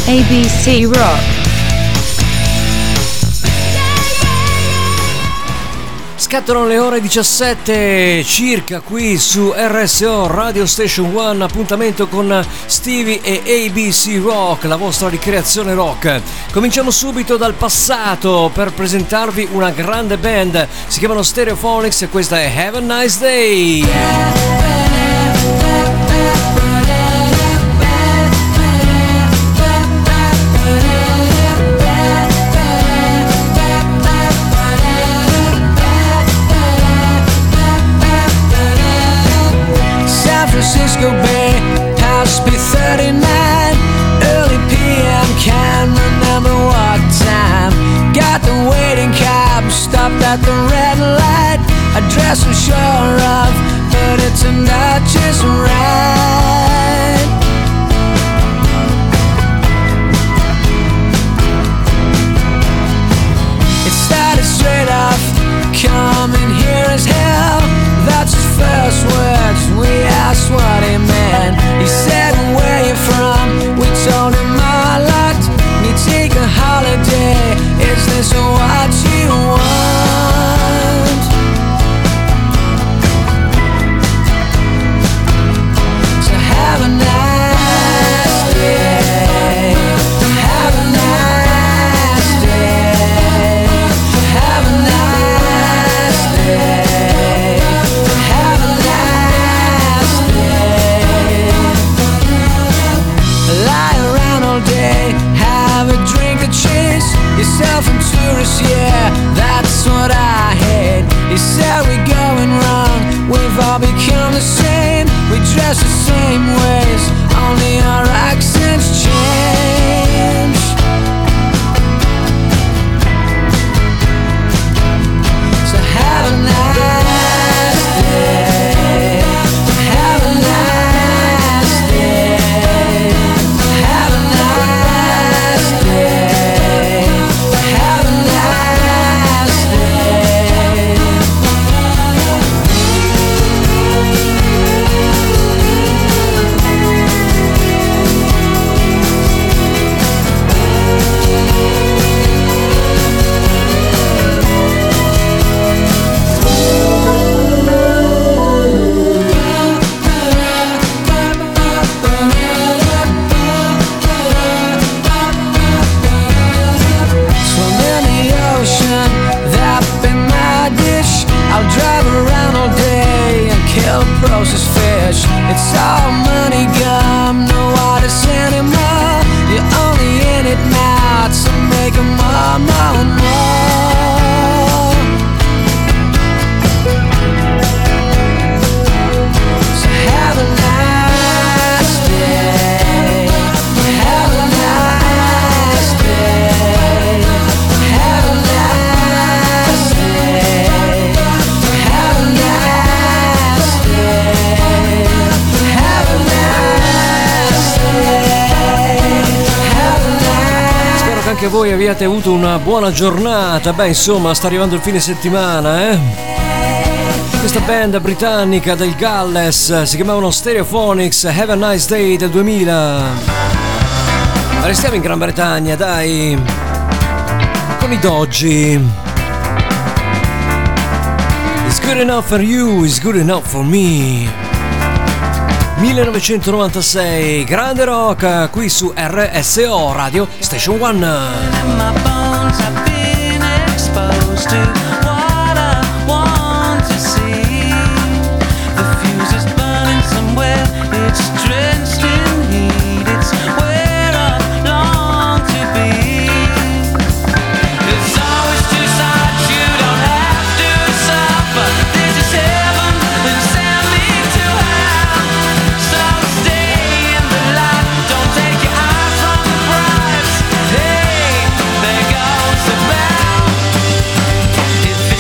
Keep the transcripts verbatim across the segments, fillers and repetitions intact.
A B C Rock. Scattano le ore diciassette circa qui su R S O Radio Station One, appuntamento con Stevie e A B C Rock, la vostra ricreazione rock. Cominciamo subito dal passato per presentarvi una grande band, si chiamano Stereophonics e questa è Have a Nice Day. Francisco Bay, house B thirty-nine, early P M, can't remember what time. Got the waiting cab, stopped at the red light. Address I'm sure of, but it turned out just right. It started straight off, coming here as hell. That's his first words, we asked what he meant. He said, where you from? We told him our lot. You take a holiday, is this what you want? So have a nice day. Have a nice day. Have a nice day. Yourself and tourists, yeah, that's what I hate. He said we're going wrong, we've all become the same. We dress the same ways, only our accents change. So have a nice day. Have a nice day. Have a nice day. Processed fish, it's all money gum, no artists anymore. You're only in it now to make them more, more, more. So have a nice day. Have a nice day. Have a nice day. Have a nice day. Spero che anche voi abbiate avuto una buona giornata. Beh, insomma, sta arrivando il fine settimana, eh? Questa band britannica del Galles si chiamavano Stereophonics, Have a Nice Day del duemila. Restiamo in Gran Bretagna, dai, con i Doggy. It's good enough for you, it's good enough for me. millenovecentonovantasei, grande rock qui su R S O Radio Station One. If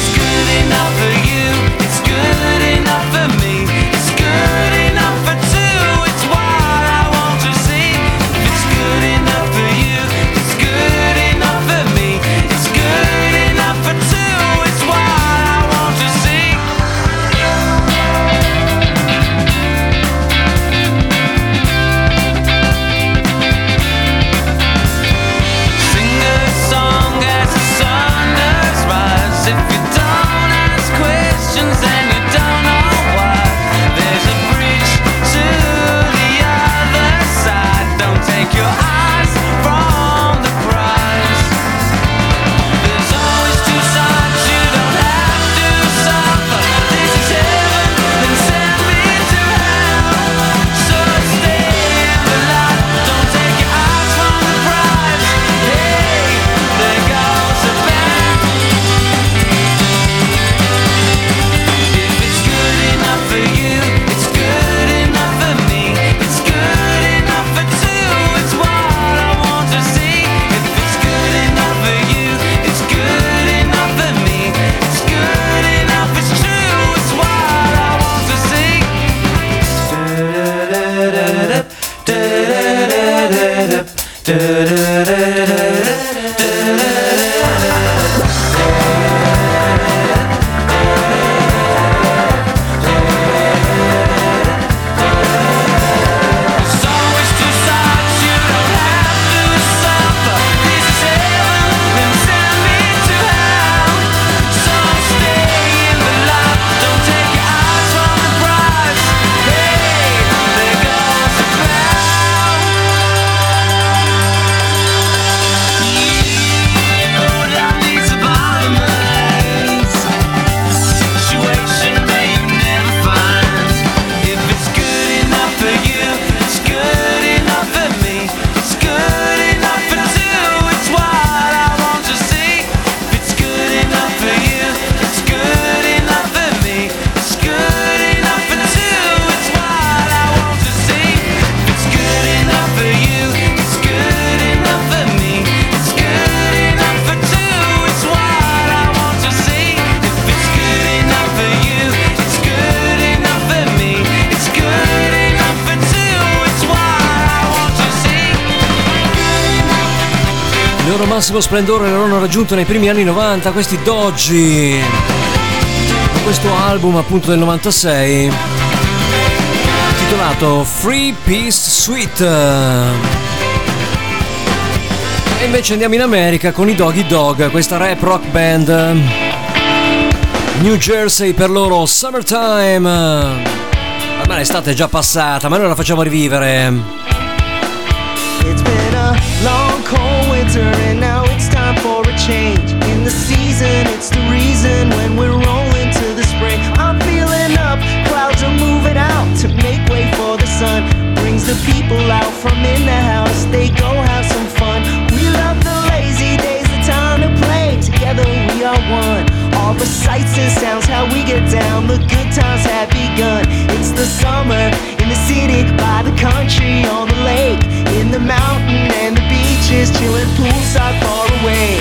loro massimo splendore l'hanno raggiunto nei primi anni novanta, questi Dodgy, questo album appunto del novantasei titolato Free Peace Suite. E invece andiamo in America con i Doggy Dog, questa rap rock band New Jersey, per loro Summertime. Ma l'estate è già passata, ma noi la facciamo rivivere. It's been a long cold winter and now it's time for a change in the season. It's the reason when we're rolling to the spring. I'm feeling up, clouds are moving out to make way for the sun. Brings the people out from in the house, they go have some fun. We love the lazy days, the time to play. Together we are one. All the sights and sounds, how we get down, the good times have begun. It's the summer in the city, by the country, on the lake, in the mountain and the beaches, chilling poolside far away.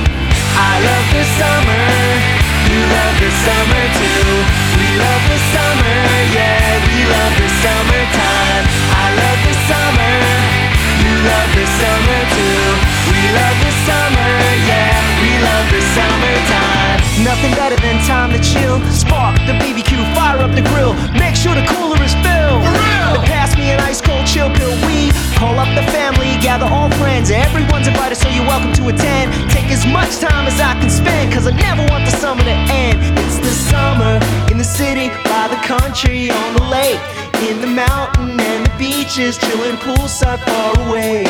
I love the summer, you love the summer too. We love the summer, yeah, we love the summertime. I love the summer, you love the summer too. We love the summer, yeah, we love the summertime. Nothing better than time to chill. Spark the B B Q, fire up the grill. Make sure the cooler is filled. And pass me an ice cold chill pill. We call up the family, gather all friends. Everyone's invited, so you're welcome to attend. Take as much time as I can spend, cause I never want the summer to end. It's the summer in the city, by the country, on the lake, in the mountain and the beaches, chilling poolside far away.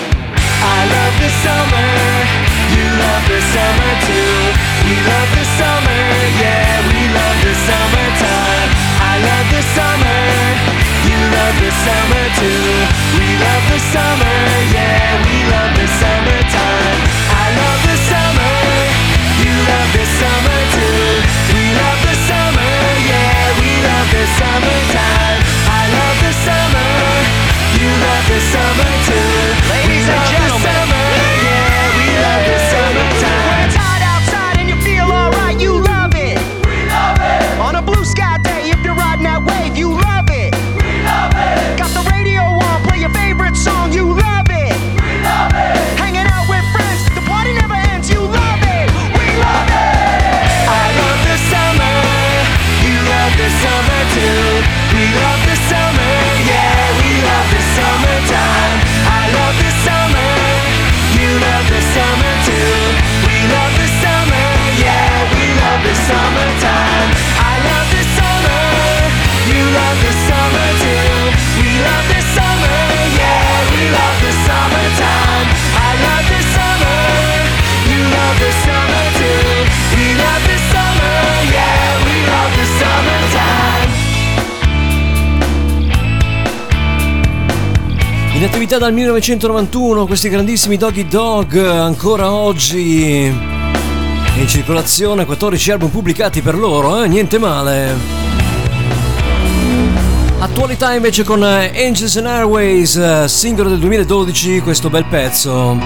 I love the summer, you love the summer too. We love the summer, yeah, we love the summertime. I love the summer, you love the summer too. We love the summer, yeah, we love the summertime. I love the summer, you love the summer too. We love the summer, yeah, we love the summertime. I love the summer, you love the summer too. Ladies and gentlemen, yeah, we love the summertime. When it's hot outside and you feel alright, you love it. We love it. On a blue sky day, if you're riding that wave, you love it. We love it. Got the radio on, play your favorite song, you love it. We love it. Hanging out with friends, the party never ends, you love it. We love it. I love the summer, you love the summer too. We love the summer, yeah, we love the summertime. I love the summer, you love the summer too. We love the summer, yeah, we love the summertime. I love the summer, you love the summer too. We love the summer, yeah, we love the summertime. I love the summer, you love the summer too. We love the summer, yeah, we love the summertime. In attività dal millenovecentonovantuno questi grandissimi Doggy Dog, ancora oggi in circolazione, quattordici album pubblicati per loro, eh? Niente male. Attualità invece con Angels and Airways, singolo del duemiladodici, questo bel pezzo.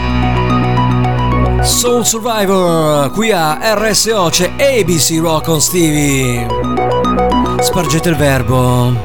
Soul Survivor, qui a R S O c'è A B C Rock con Stevie. Spargete il verbo.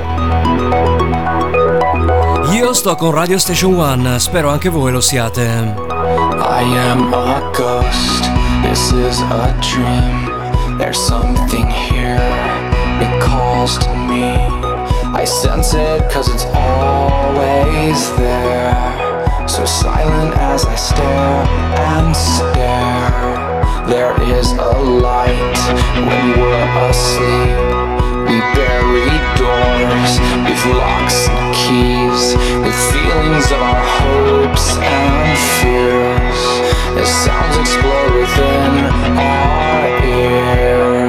Io sto con Radio Station One, spero anche voi lo siate. I am a ghost, this is a dream. There's something here, it calls to me. I sense it cause it's always there. So silent as I stare and stare. There is a light when we're asleep. We bury doors with locks and keys, with feelings of our hopes and fears, as sounds explode within our ears.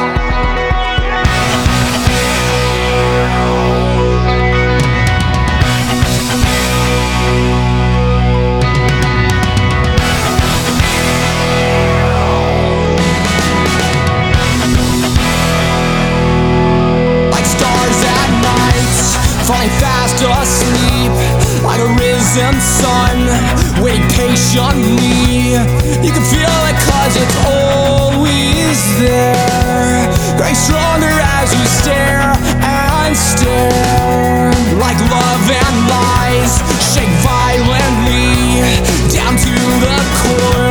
Falling fast asleep, like a risen sun, waiting patiently. You can feel it cause it's always there, growing stronger as you stare and stare. Like love and lies, shake violently, down to the core.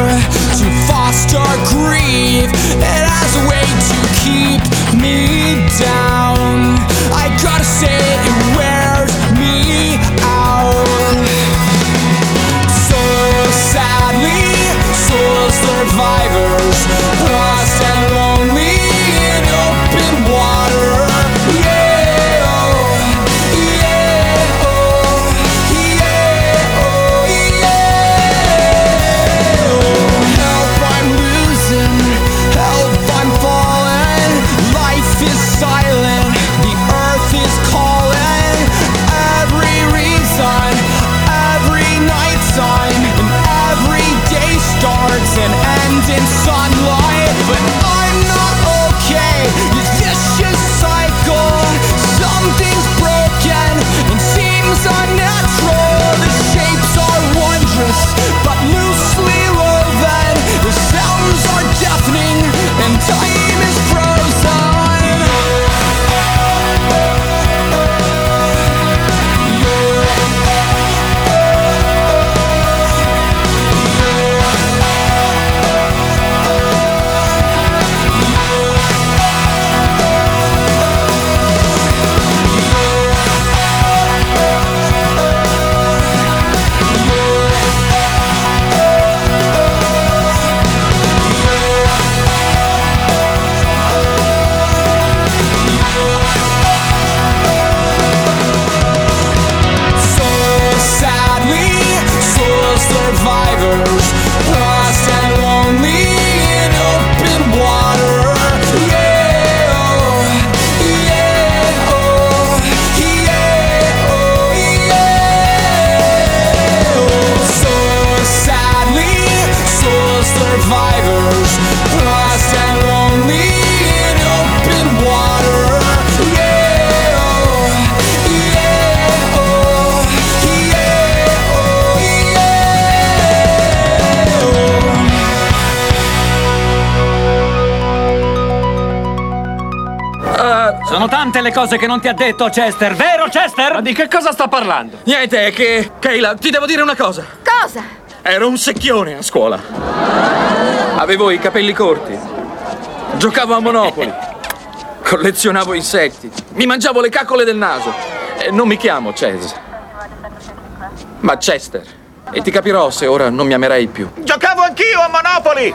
Sono tante le cose che non ti ha detto Chester, vero Chester? Ma di che cosa sta parlando? Niente, è che... Kayla, ti devo dire una cosa. Cosa? Ero un secchione a scuola. Avevo i capelli corti. Giocavo a Monopoli. Collezionavo insetti. Mi mangiavo le caccole del naso. E non mi chiamo Ches, ma Chester. E ti capirò se ora non mi amerai più. Giocavo anch'io a Monopoli!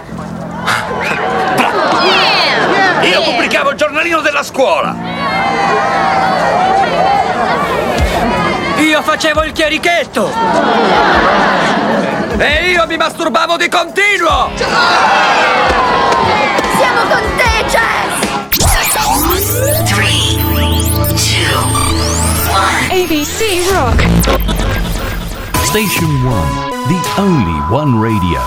Yeah! Io pubblicavo il giornalino della scuola! Io facevo il chierichetto! E io mi masturbavo di continuo! Siamo con te, Chess! A B C Rock. Station One, the only one radio.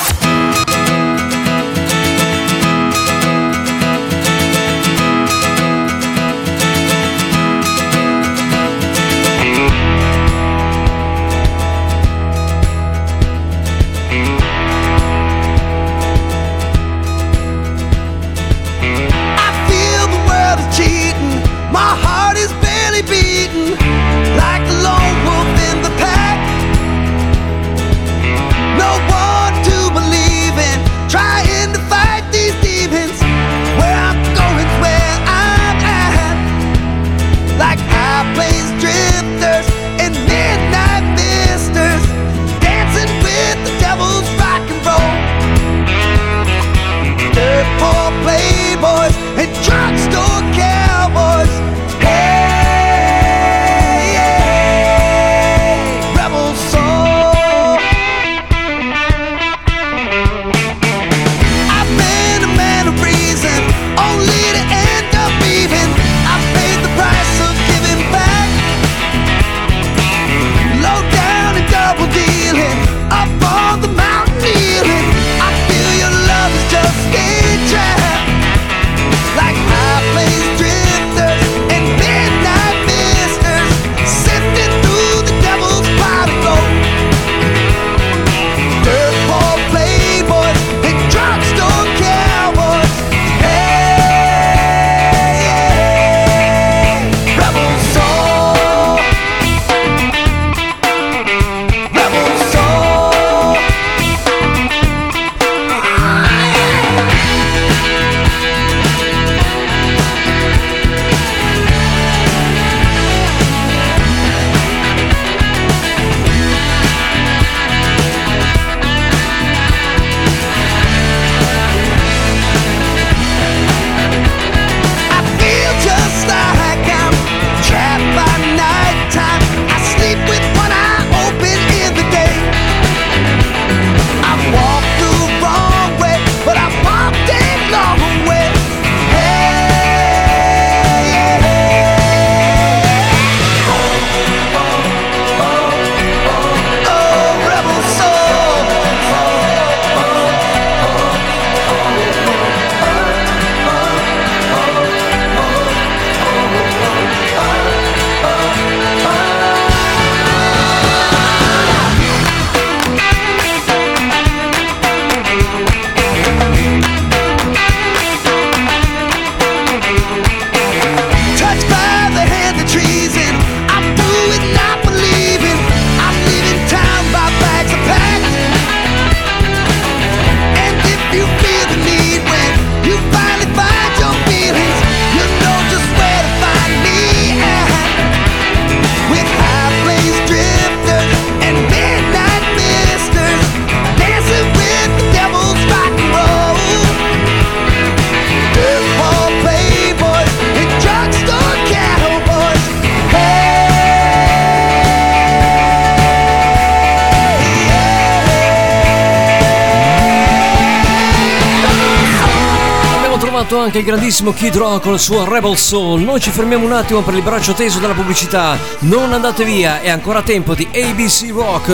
Anche il grandissimo Kid Rock con il suo Rebel Soul. Noi ci fermiamo un attimo per il braccio teso della pubblicità. Non andate via, è ancora tempo di A B C Rock.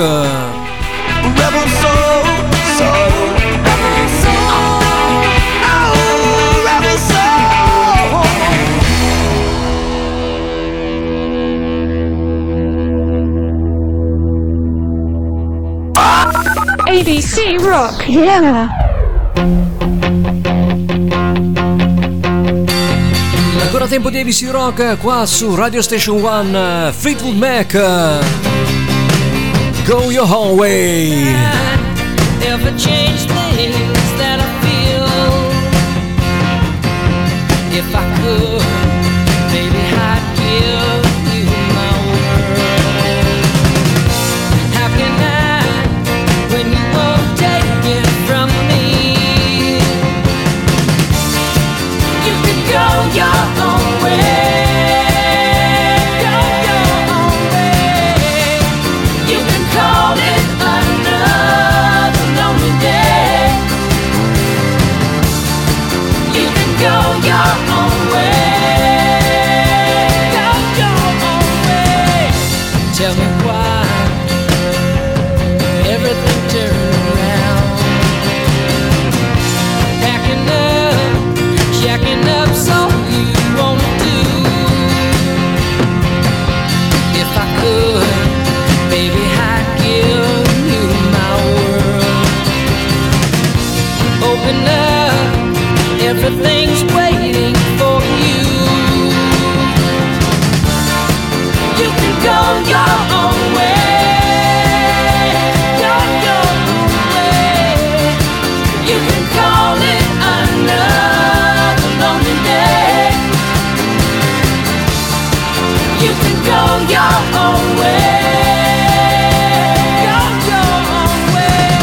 Rebel Soul, soul, Rebel Soul, oh, Rebel Soul. A B C Rock. Yeah. tempo di A B C Rock qua su Radio Station One. Fleetwood Mac, Go Your Own Way. Ever change things that I feel? If I could, baby, I'd give you my world. How can I, when you won't take it from me? You can go your own way, go your own way. You can call it another lonely day. You can go your own way, go your own way. Tell me why everything turned around. Packing up, jacking up's all you wanna do. If I could, baby, I'd give you my world. Open up, everything's waiting for you. You can go your own way, go your own way. You can call it another lonely day. You can go your own way, go your own way.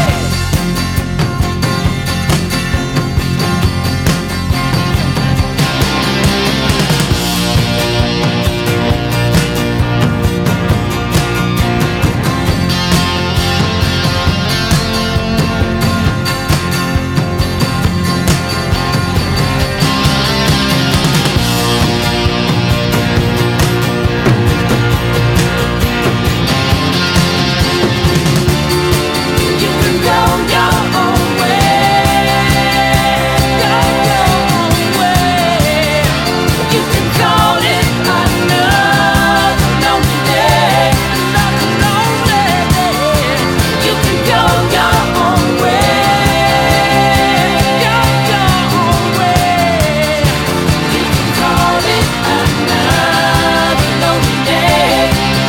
You can go your own way, go your own way. You can call it another lonely day, another lonely day. You can go your own way, go your own way. You can call it another lonely day.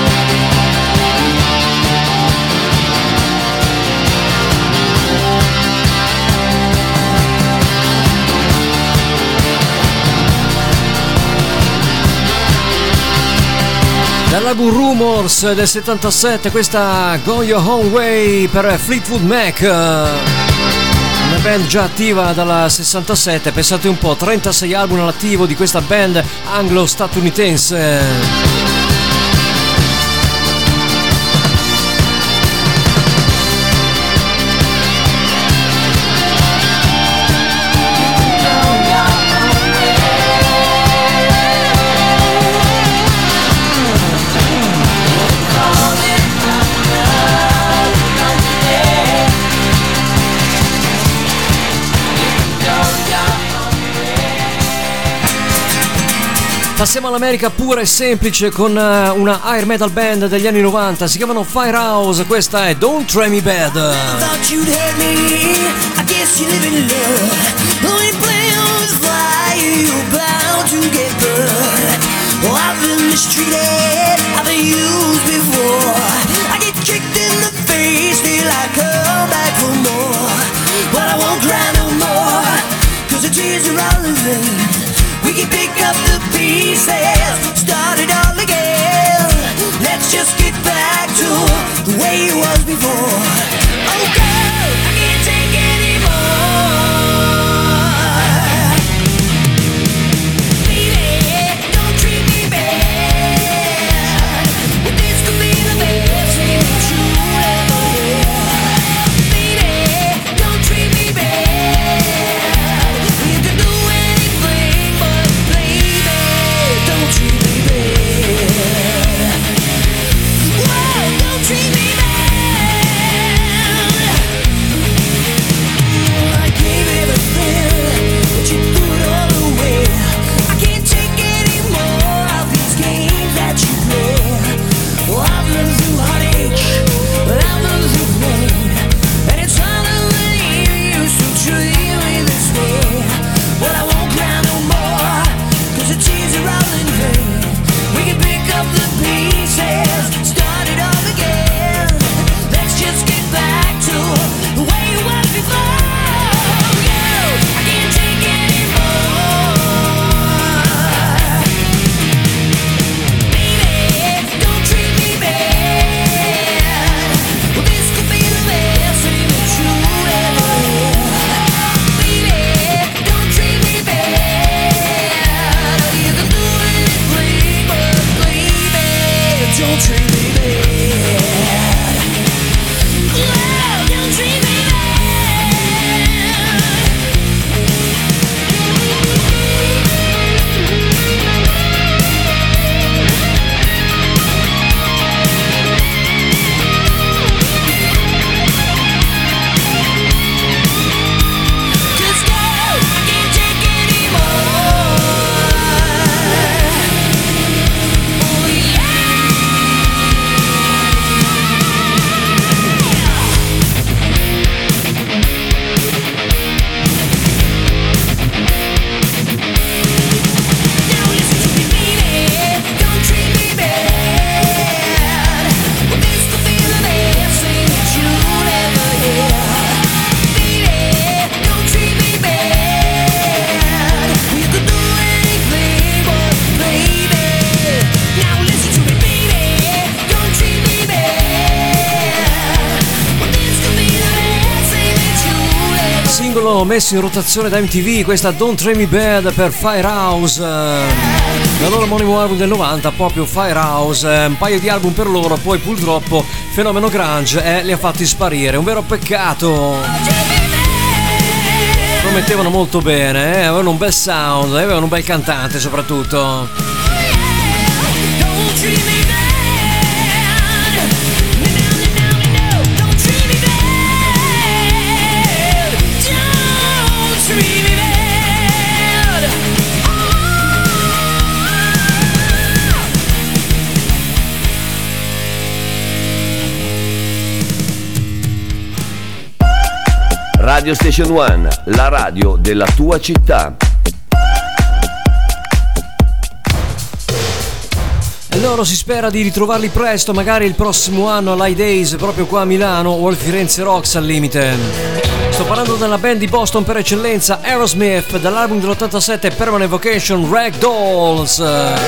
Dall'album Rumors del settantasette, questa Go Your Own Way per Fleetwood Mac, una band già attiva dal sessantasette. Pensate un po', trentasei album all'attivo di questa band anglo-statunitense. Passiamo all'America pura e semplice con eh, una air metal band degli anni novanta, si chiamano Firehouse, questa è Don't Try Me Bad. Thought you'd hurt me, I guess you live in love. Only playing with fire, you're bound to get burned. Oh, I've been mistreated, I've been used before. I get kicked in the face, still I come back for more. But I won't cry no more, cause the tears are all in vain. We can pick up the pieces, start it all again. Let's just get back to the way it was before. Oh girl, I can't take anymore. Baby, don't treat me bad. Well, this could be the best thing that you ever had. Baby, don't treat me bad. You can do anything, but baby, don't treat me bad. Whoa, don't treat me bad. brano messo in rotazione da M T V, questa Don't Treat Me Bad per Firehouse, dal loro omonimo album del novanta, proprio Firehouse. Un paio di album per loro, poi purtroppo fenomeno grunge eh, li ha fatti sparire, un vero peccato. Promettevano molto bene, eh? Avevano un bel sound, avevano un bel cantante soprattutto. Radio Station One, la radio della tua città. E loro si spera di ritrovarli presto, magari il prossimo anno all'High Days proprio qua a Milano o al Firenze Rocks al limite. Sto parlando della band di Boston per eccellenza, Aerosmith, dall'album dell'ottantasette Permanent Vacation, Ragdolls.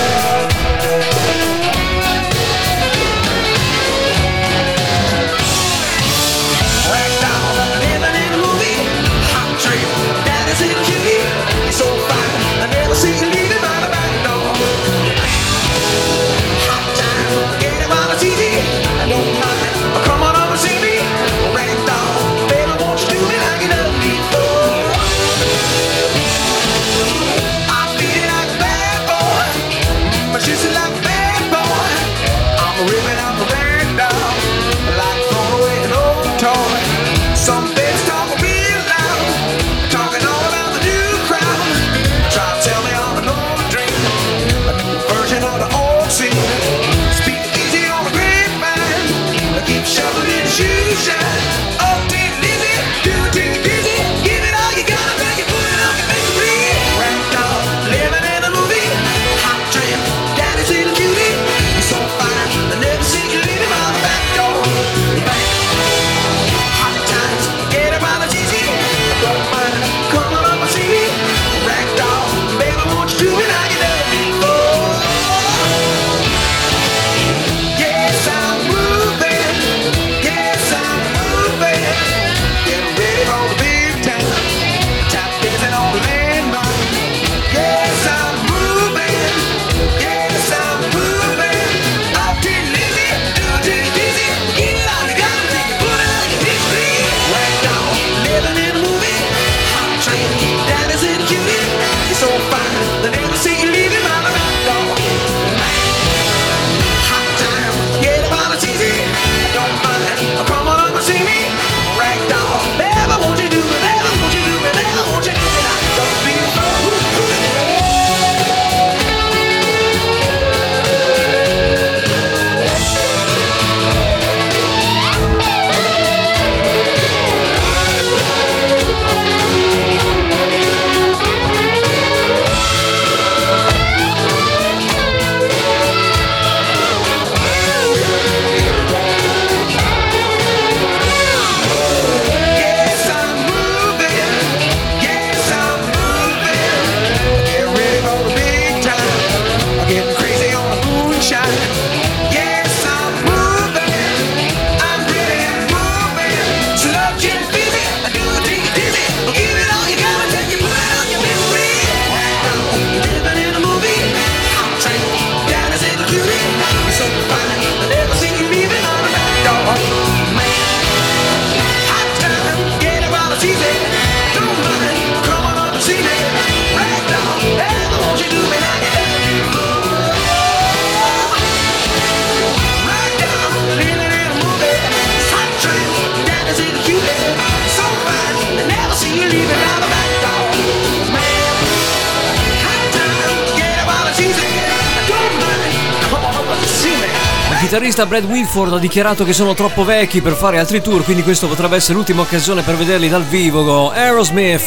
Il chitarrista Brad Whitford ha dichiarato che sono troppo vecchi per fare altri tour, quindi questo potrebbe essere l'ultima occasione per vederli dal vivo. Aerosmith,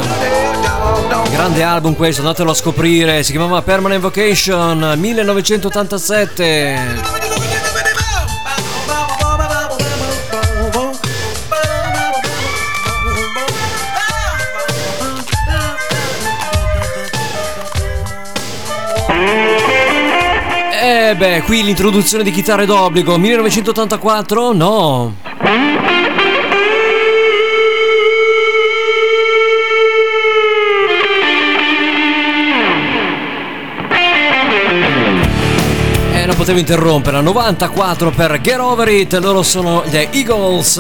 grande album questo, andatelo a scoprire, si chiamava Permanent Vacation, millenovecentottantasette. Eh beh, qui l'introduzione di chitarre d'obbligo, millenovecentottantaquattro? No. fatevi interrompere. novantaquattro per Get Over It, loro sono gli Eagles.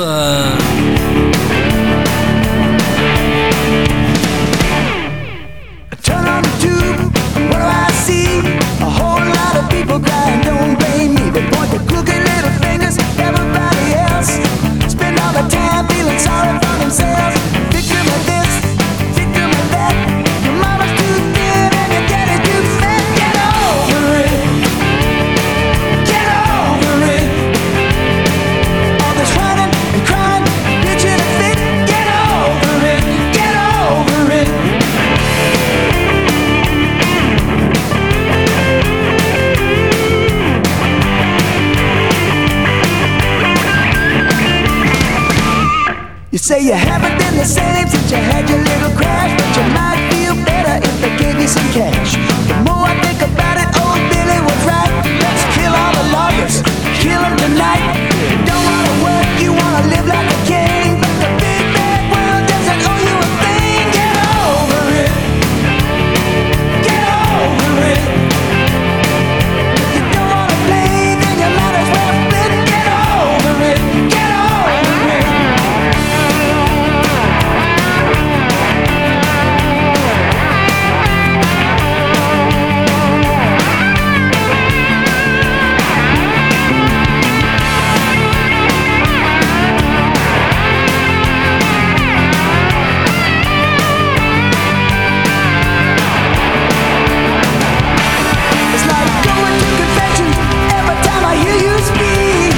Turn on the tube, what do I see? A whole lot of people crying, don't blame me. They point their crooked little fingers at everybody else. Spend all the time feeling sorry for themselves. Victim of this, victim of that. Your mama's too thin and your daddy's too fat. Get over it, get over it. All this running and crying, bitching and fit. Get over it, get over it. You say you haven't been the same since you had your little crash, but you might feel better if they gave you some cash. The more I think about it, old Billy was right. Let's kill all the lawyers, kill them tonight. You don't wanna work, you wanna live like a king, but the big bad world doesn't owe you a thing. Get over it, get over it. If you don't wanna play, then you might as well quit. Get over it, get over it. It's like going to confession every time I hear you speak.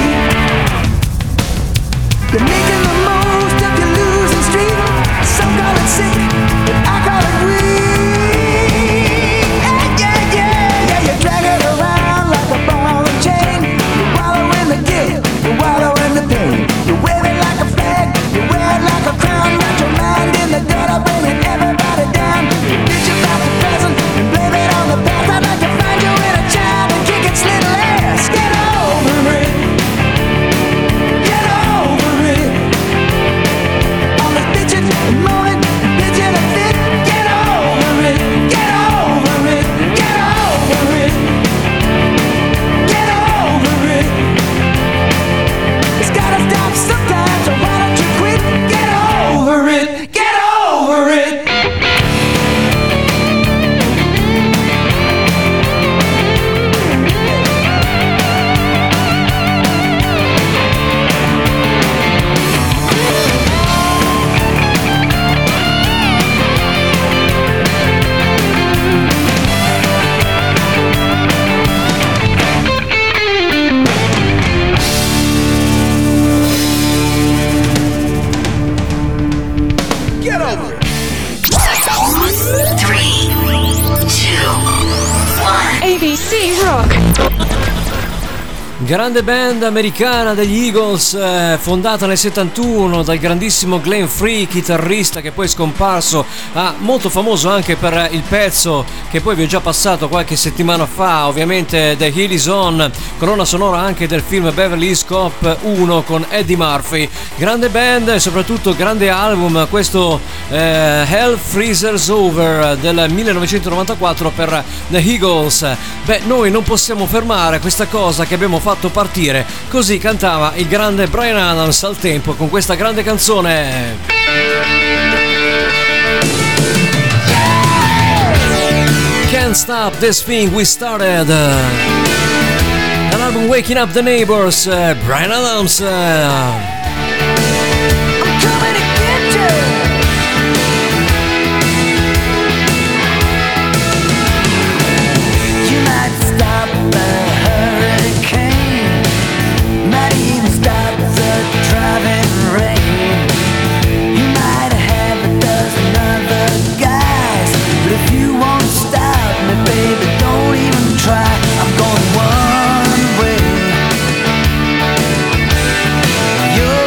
You're making the most of your losing streak. Some call it sick, but I call it weak. Yeah, yeah, yeah, yeah. You drag it around like a ball and chain. You wallow in the guilt, you wallow in the pain. You wave it like a flag, you wear it like a crown. Got your mind in the gutter, bringing everybody down. You bitch about the present and blame it on the past. I'd like to find you in a child and kick its little ass. Get over it, get over it. All this bitching and moaning, bitching and fit. Get over it, get over it, get over it, get over it. It's gotta stop sometimes, so why don't you quit? Get over it, get over it. Get over it. A B C Rock. Grande band americana degli Eagles, eh, fondata nel settantuno dal grandissimo Glenn Free, chitarrista che poi è scomparso, ah, molto famoso anche per il pezzo che poi vi ho già passato qualche settimana fa, ovviamente The Hill Is On, colonna sonora anche del film Beverly Hills Cop uno con Eddie Murphy. Grande band e soprattutto grande album, questo eh, Hell Freezes Over del millenovecentonovantaquattro per The Eagles. Beh, noi non possiamo fermare questa cosa che abbiamo fatto partire, così cantava il grande Bryan Adams al tempo con questa grande canzone. Can't Stop This Thing We Started, dall'album Waking Up the Neighbors, eh, Bryan Adams. eh. You're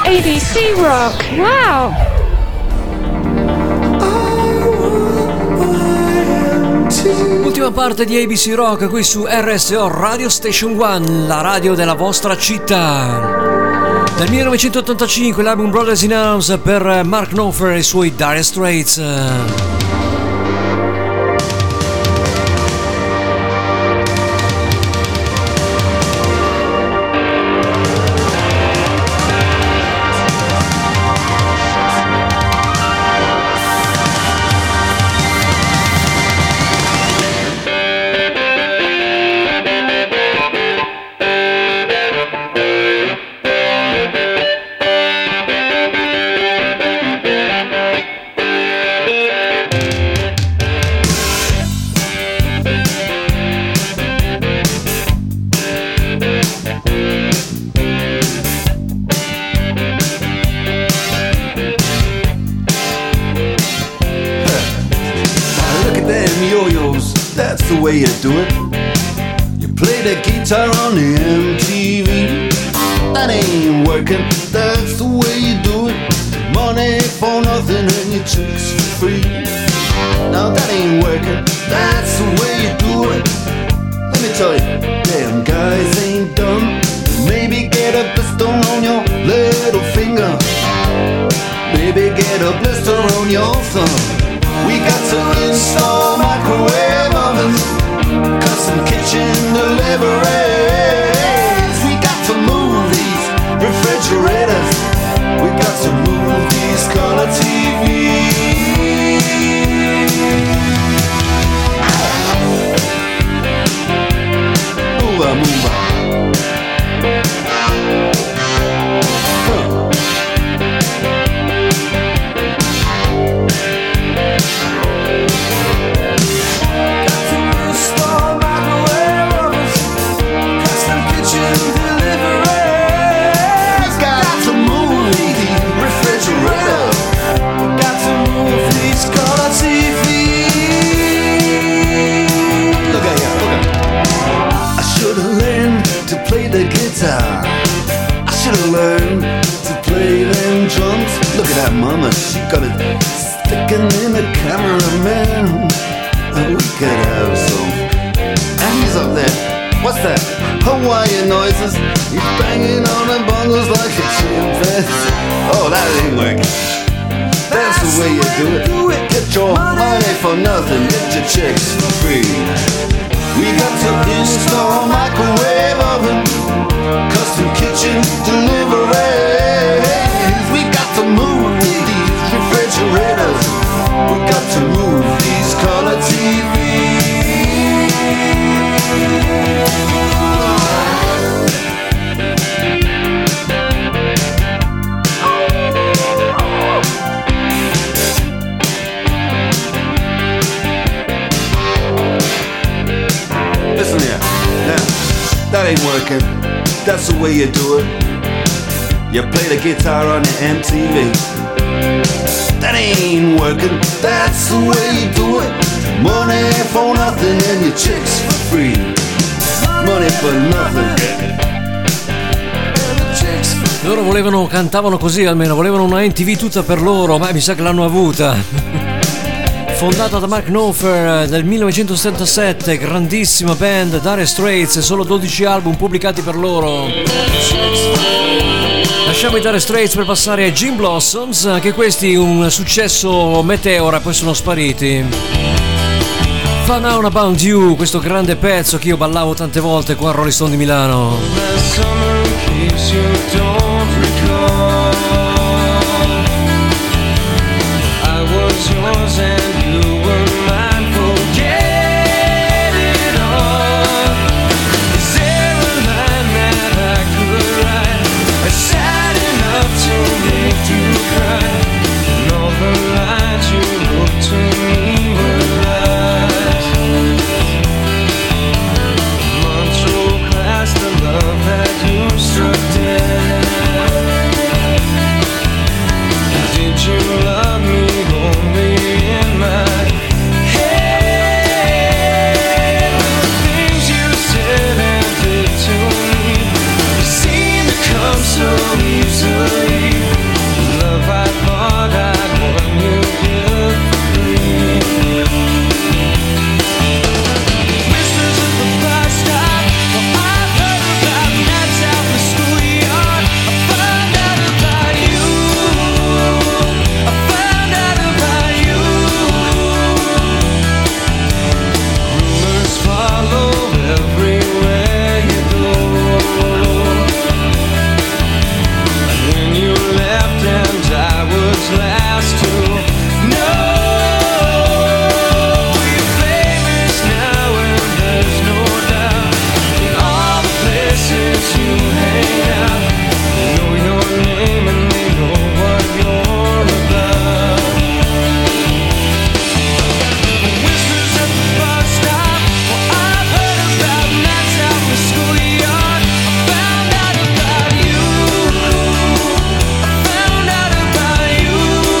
A B C Rock. Wow! Ultima parte di A B C Rock qui su R S O Radio Station One, la radio della vostra città. Dal millenovecentottantacinque l'album Brothers in Arms per Mark Knopfler e i suoi Dire Straits. way you do it. You play the guitar on the M T V. That ain't working, that's the way you do it. Money for nothing and your chicks for free. Now that ain't working, that's the way you do it. Let me tell you, damn guys ain't dumb. Maybe get a blister on your little finger. Maybe get a blister on your thumb. We got to install microwave ovens, custom kitchen deliveries. We got to move these refrigerators. We got to move these color T Vs. Move on, move on. I should've learned to play them drums. Look at that mama, she got it sticking in the cameraman. Oh, we could have some. And he's up there, what's that? Hawaiian noises. He's banging on the bongos like a chimpanzee. Oh, that ain't working. That's the way you do it. Get your money for nothing, get your chicks for free. We got to install microwave oven, custom kitchen deliveries. We got to move these refrigerators. We got to move these color T Vs. Listen here, now, that ain't working. That's the way you do it. You play the guitar on the M T V. That ain't working. That's the way you do it. Money for nothing and your chicks for free. Money for nothing. Loro volevano, cantavano così almeno, volevano una M T V tutta per loro, ma mi sa che l'hanno avuta. Fondata da Mark Knopfler del millenovecentosettantasette, grandissima band, Dire Straits, solo dodici album pubblicati per loro. Lasciamo i Dire Straits per passare ai Gin Blossoms, anche questi un successo meteora, poi sono spariti. Fun Down About You, questo grande pezzo che io ballavo tante volte qua a Rolling Stone di Milano. Yours and you were mine, forget it all. Is there a line that I could write, sad enough to make you cry? And all the lines you wrote to me were lies. Months rolled past the love that you struck dead. us to know. We're famous now and there's no doubt. In all the places you hang out, they know your name and they know what you're about. Whispers at the bus stop, well, I've heard about nights out in the schoolyard. I found out about you. I found out about you.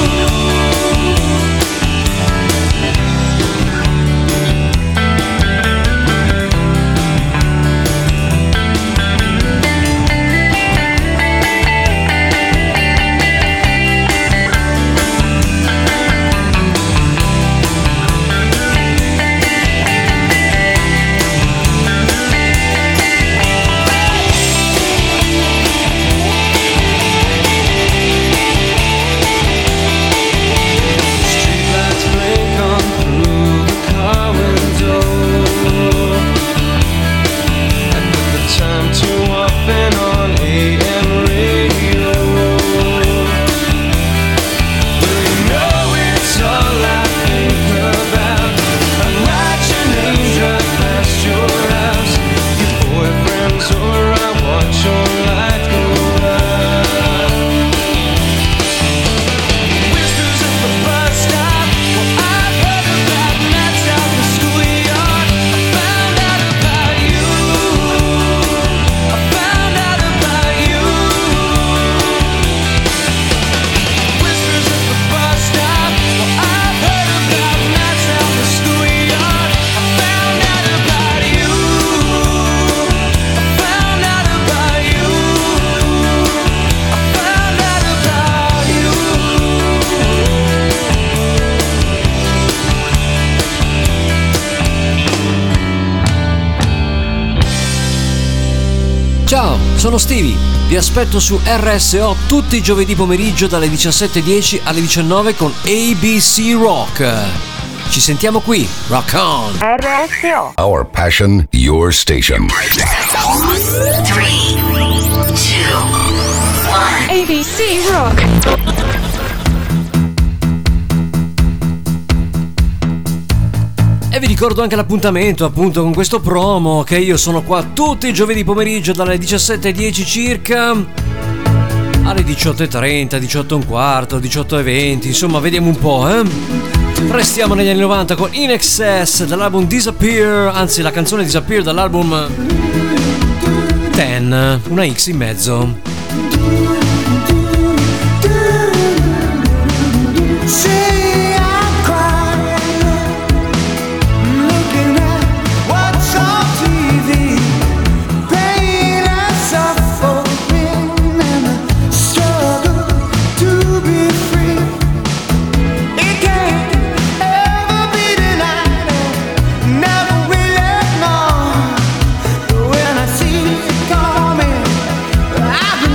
Streetlights blink on through the car window. I put the time too often on A M radio. Well, you know it's all I think about. I watch your name drive past your house, your boyfriend's or I watch your light go out. Whispers at the bus stop, well, I've heard about nights out in the schoolyard. I found out about you. I found out about you. Whispers at the bus stop, well, I've heard about nights out in the schoolyard. I found out about you. I found out about you. I found out about you. Ciao, sono Stevie. Vi aspetto su R S O tutti i giovedì pomeriggio dalle diciassette e dieci alle diciannove con A B C Rock. Ci sentiamo qui. Rock on! R S O. Our passion, your station. A B C Rock. E vi ricordo anche l'appuntamento appunto con questo promo, che io sono qua tutti i giovedì pomeriggio dalle diciassette e dieci circa alle diciotto e trenta, diciotto e un quarto, diciotto e venti, insomma vediamo un po', eh. Restiamo negli anni novanta con In Excess dall'album Disappear, anzi la canzone Disappear dall'album Ten, una X in mezzo. See, I'm crying, looking at what's on T V. Pain and suffering and the struggle to be free. It can't ever be denied, never will ignore. When I see it coming, I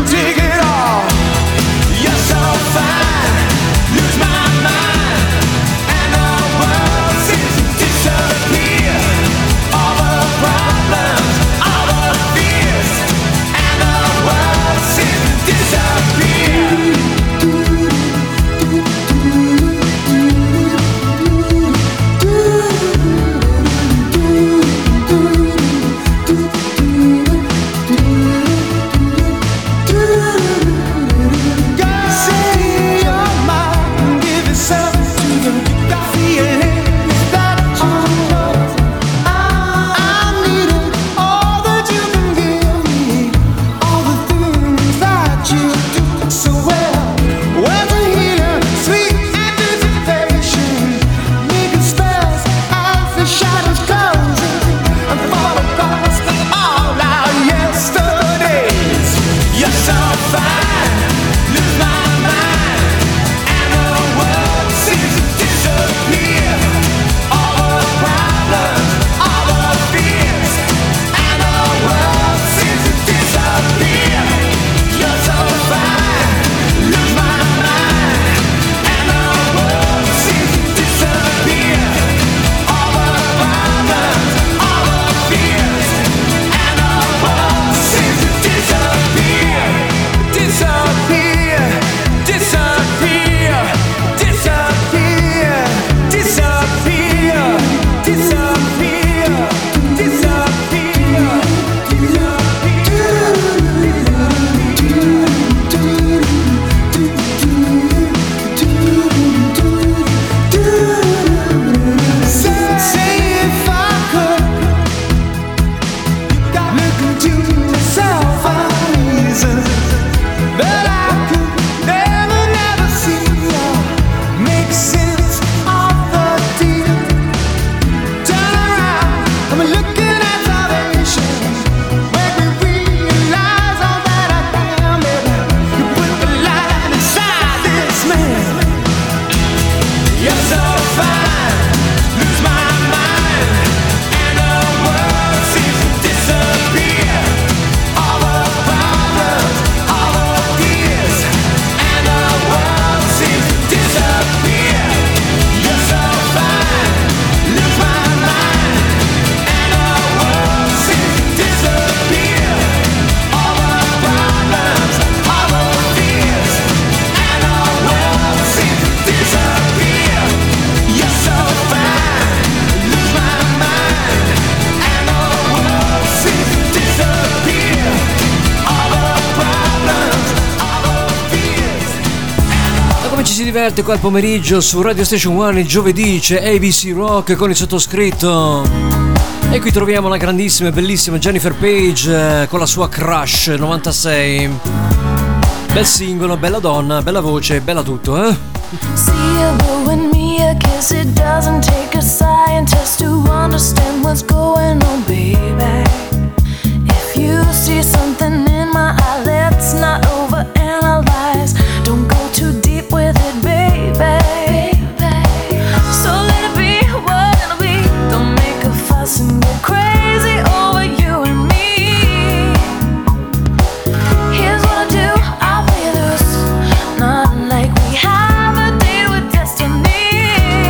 si diverte qua il pomeriggio su Radio Station One il giovedì, c'è A B C Rock con il sottoscritto. E qui troviamo la grandissima e bellissima Jennifer Page eh, con la sua Crush novantasei. Bel singolo, bella donna, bella voce, bella tutto, eh? See you blowing me a kiss. It doesn't take a scientist to understand what's going on, baby. If you see something in my eye, let's not overanalyze. Don't go too deep with it, baby. So let it be what it'll be. Don't make a fuss and get crazy over you and me. Here's what I do, I'll play loose. Not like we have a date with destiny.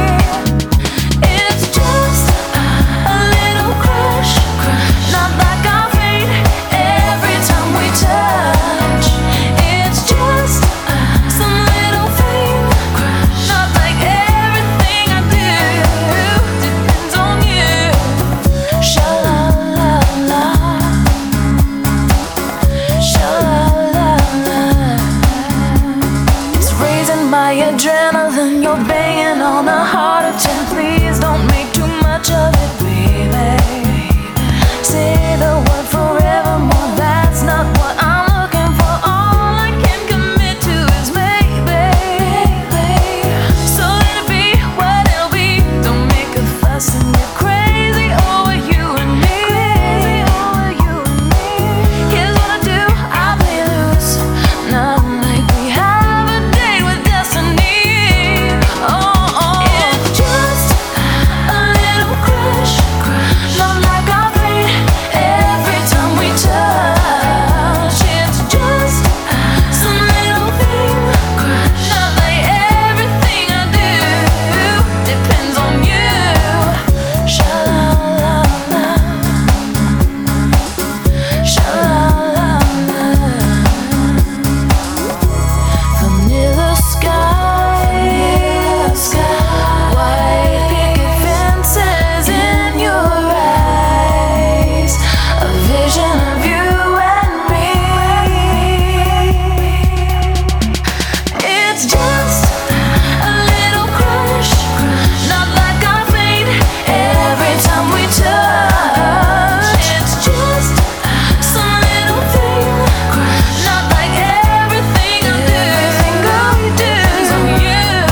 It's just a little crush, not like our fate every time we touch. It's just some little thing, not like everything I do depends on you. Sha-la-la-la, sha-la-la-la. It's raising my adrenaline, you're banging on a heart of ten. Please don't make too much of it, baby. Say the word forevermore, that's not what I'm looking for. All I can commit to is maybe. So let it be what it'll be. Don't make a fuss and get crazy over you and me. Here's what I do, I play loose. Not like we have a date with destiny. Oh, oh. It's just a little crush, not like our fate every time we touch. It's just some little thing, not like everything I do depends on you. Sha-la-la-la, sha-la-la-la. Vanilla sky, white picket fences in your eyes, a vision of you and me. It's just a little crush, not like our fate every time we touch. It's just some little thing, not like everything I do. Everything I do is on you.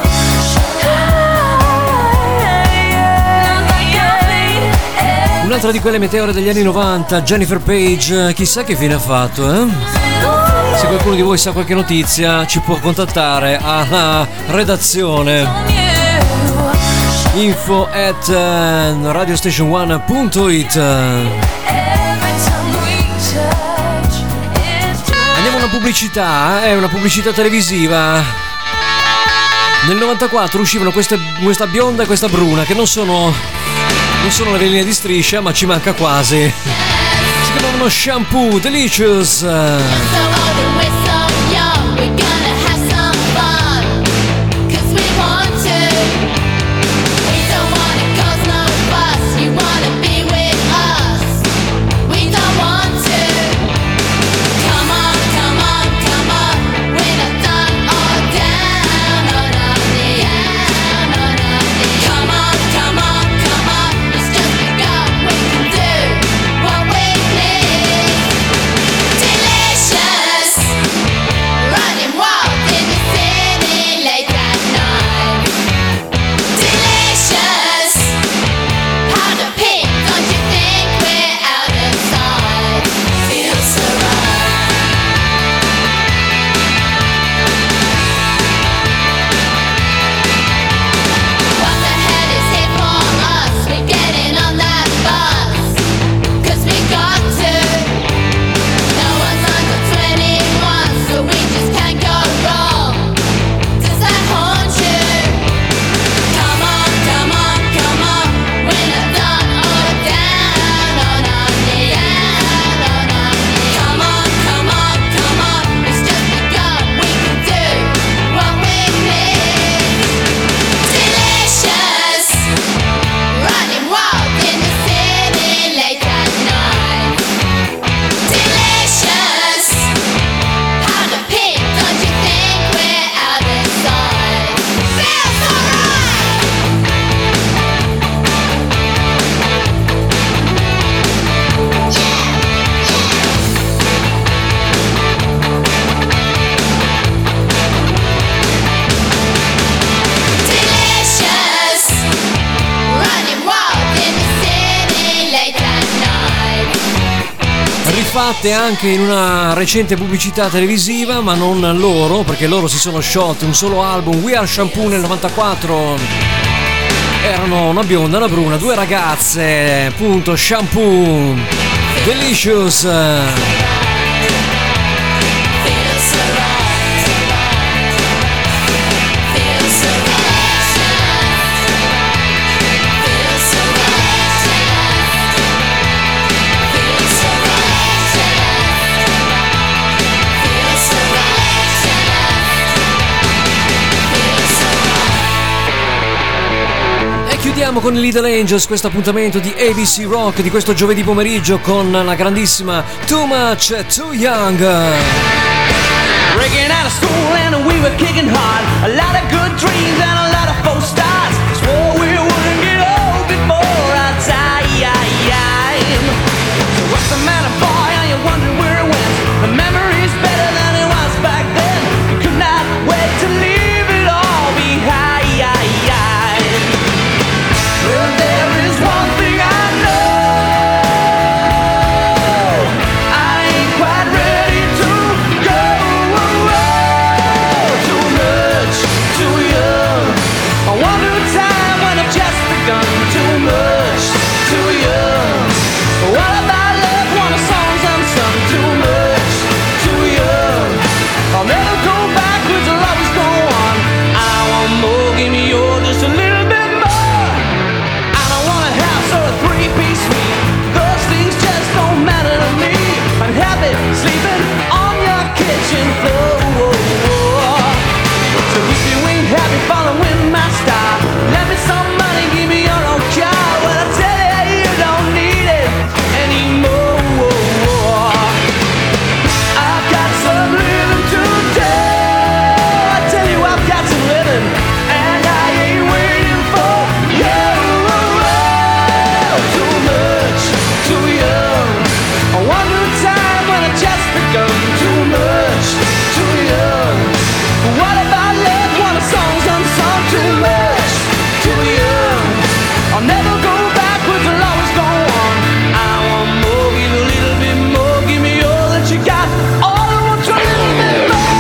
Not like our fate. Un'altra di quelle meteore degli anni novanta, Jennifer Page, chissà che fine ha fatto, eh? Se qualcuno di voi sa qualche notizia ci può contattare alla redazione info at radiostation one punto it. Andiamo a una pubblicità, è una pubblicità televisiva. Nel novantaquattro uscivano queste, questa bionda e questa bruna, che non sono non sono le linee di Striscia, ma ci manca quasi. Si chiamavano Shampoo Delicious. Delicious. rifatte anche in una recente pubblicità televisiva, ma non loro, perché loro si sono sciolti. Un solo album, We Are Shampoo nel novantaquattro, erano una bionda e una bruna, due ragazze, appunto, Shampoo, Delicious. Chiudiamo con i Little Angels questo appuntamento di A B C Rock di questo giovedì pomeriggio con la grandissima Too Much Too Young. Breaking out of school and we were kicking hard. A lot of good dreams and a lot of false starts. Swore we wouldn't get old before our time. So what's the matter, boy? Are you wondering where it went? The memory's better than it was back then. You could not wait to leave it all behind. Well, there is one thing I know, I ain't quite ready to go. Too much, too young. I wonder a time when I've just begun. Too much, too young. What about love? One of songs unsung. Too much, too young. I'll never go backwards, I'll always go on. I want more, give me yours, just a little bit. Three-piece suite, those things just don't matter to me. I'm happy sleeping on your kitchen floor. So if you ain't happy following my style, lend me some money, give me your own car. When I tell you you don't need it anymore. I've got some living to do. I tell you I've got some living, and I ain't waiting for you. Too young. I wonder a time when I just begun. Too much, too young. What about love? One of songs unsung. Too much, too young. I'll never go backwards, I'll always go on. I want more, give a little bit more. Give me all that you got. All I want, try a little bit more.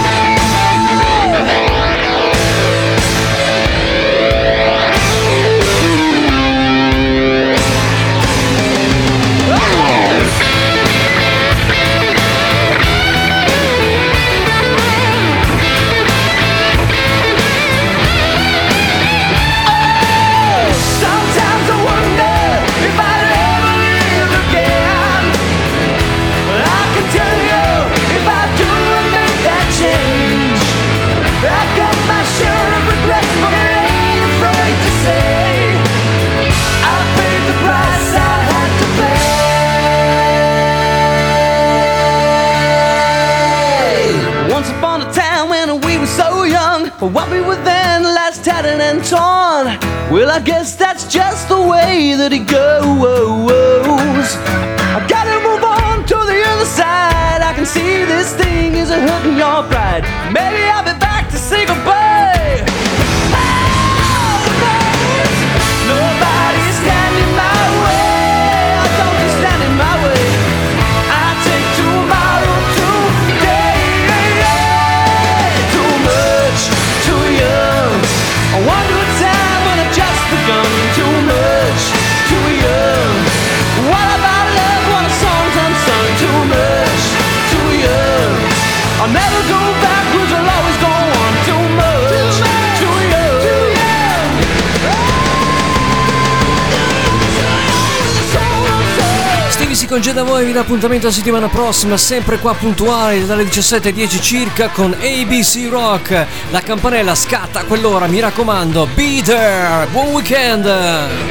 What we were then, last tattered and torn. Well, I guess that's just the way that it goes. I gotta move on to the other side. I can see this thing isn't hurting your pride. Maybe I'll be back to say goodbye. Oh, nobody's standing my way. I don't be standing my way. I take tomorrow today. Too much, too young. I wonder a time when I've just begun. Too much, too young. What about love? What a song's unsung. Too much, too young. I'll never go backwards, I'll always go on. Too much, too young. Too young. Stevie si congeda a voi, vi dà appuntamento la settimana prossima, sempre qua puntuali dalle diciassette e dieci circa con A B C Rock. La campanella scatta a quell'ora, mi raccomando, be there. Buon weekend.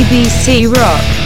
A B C Rock.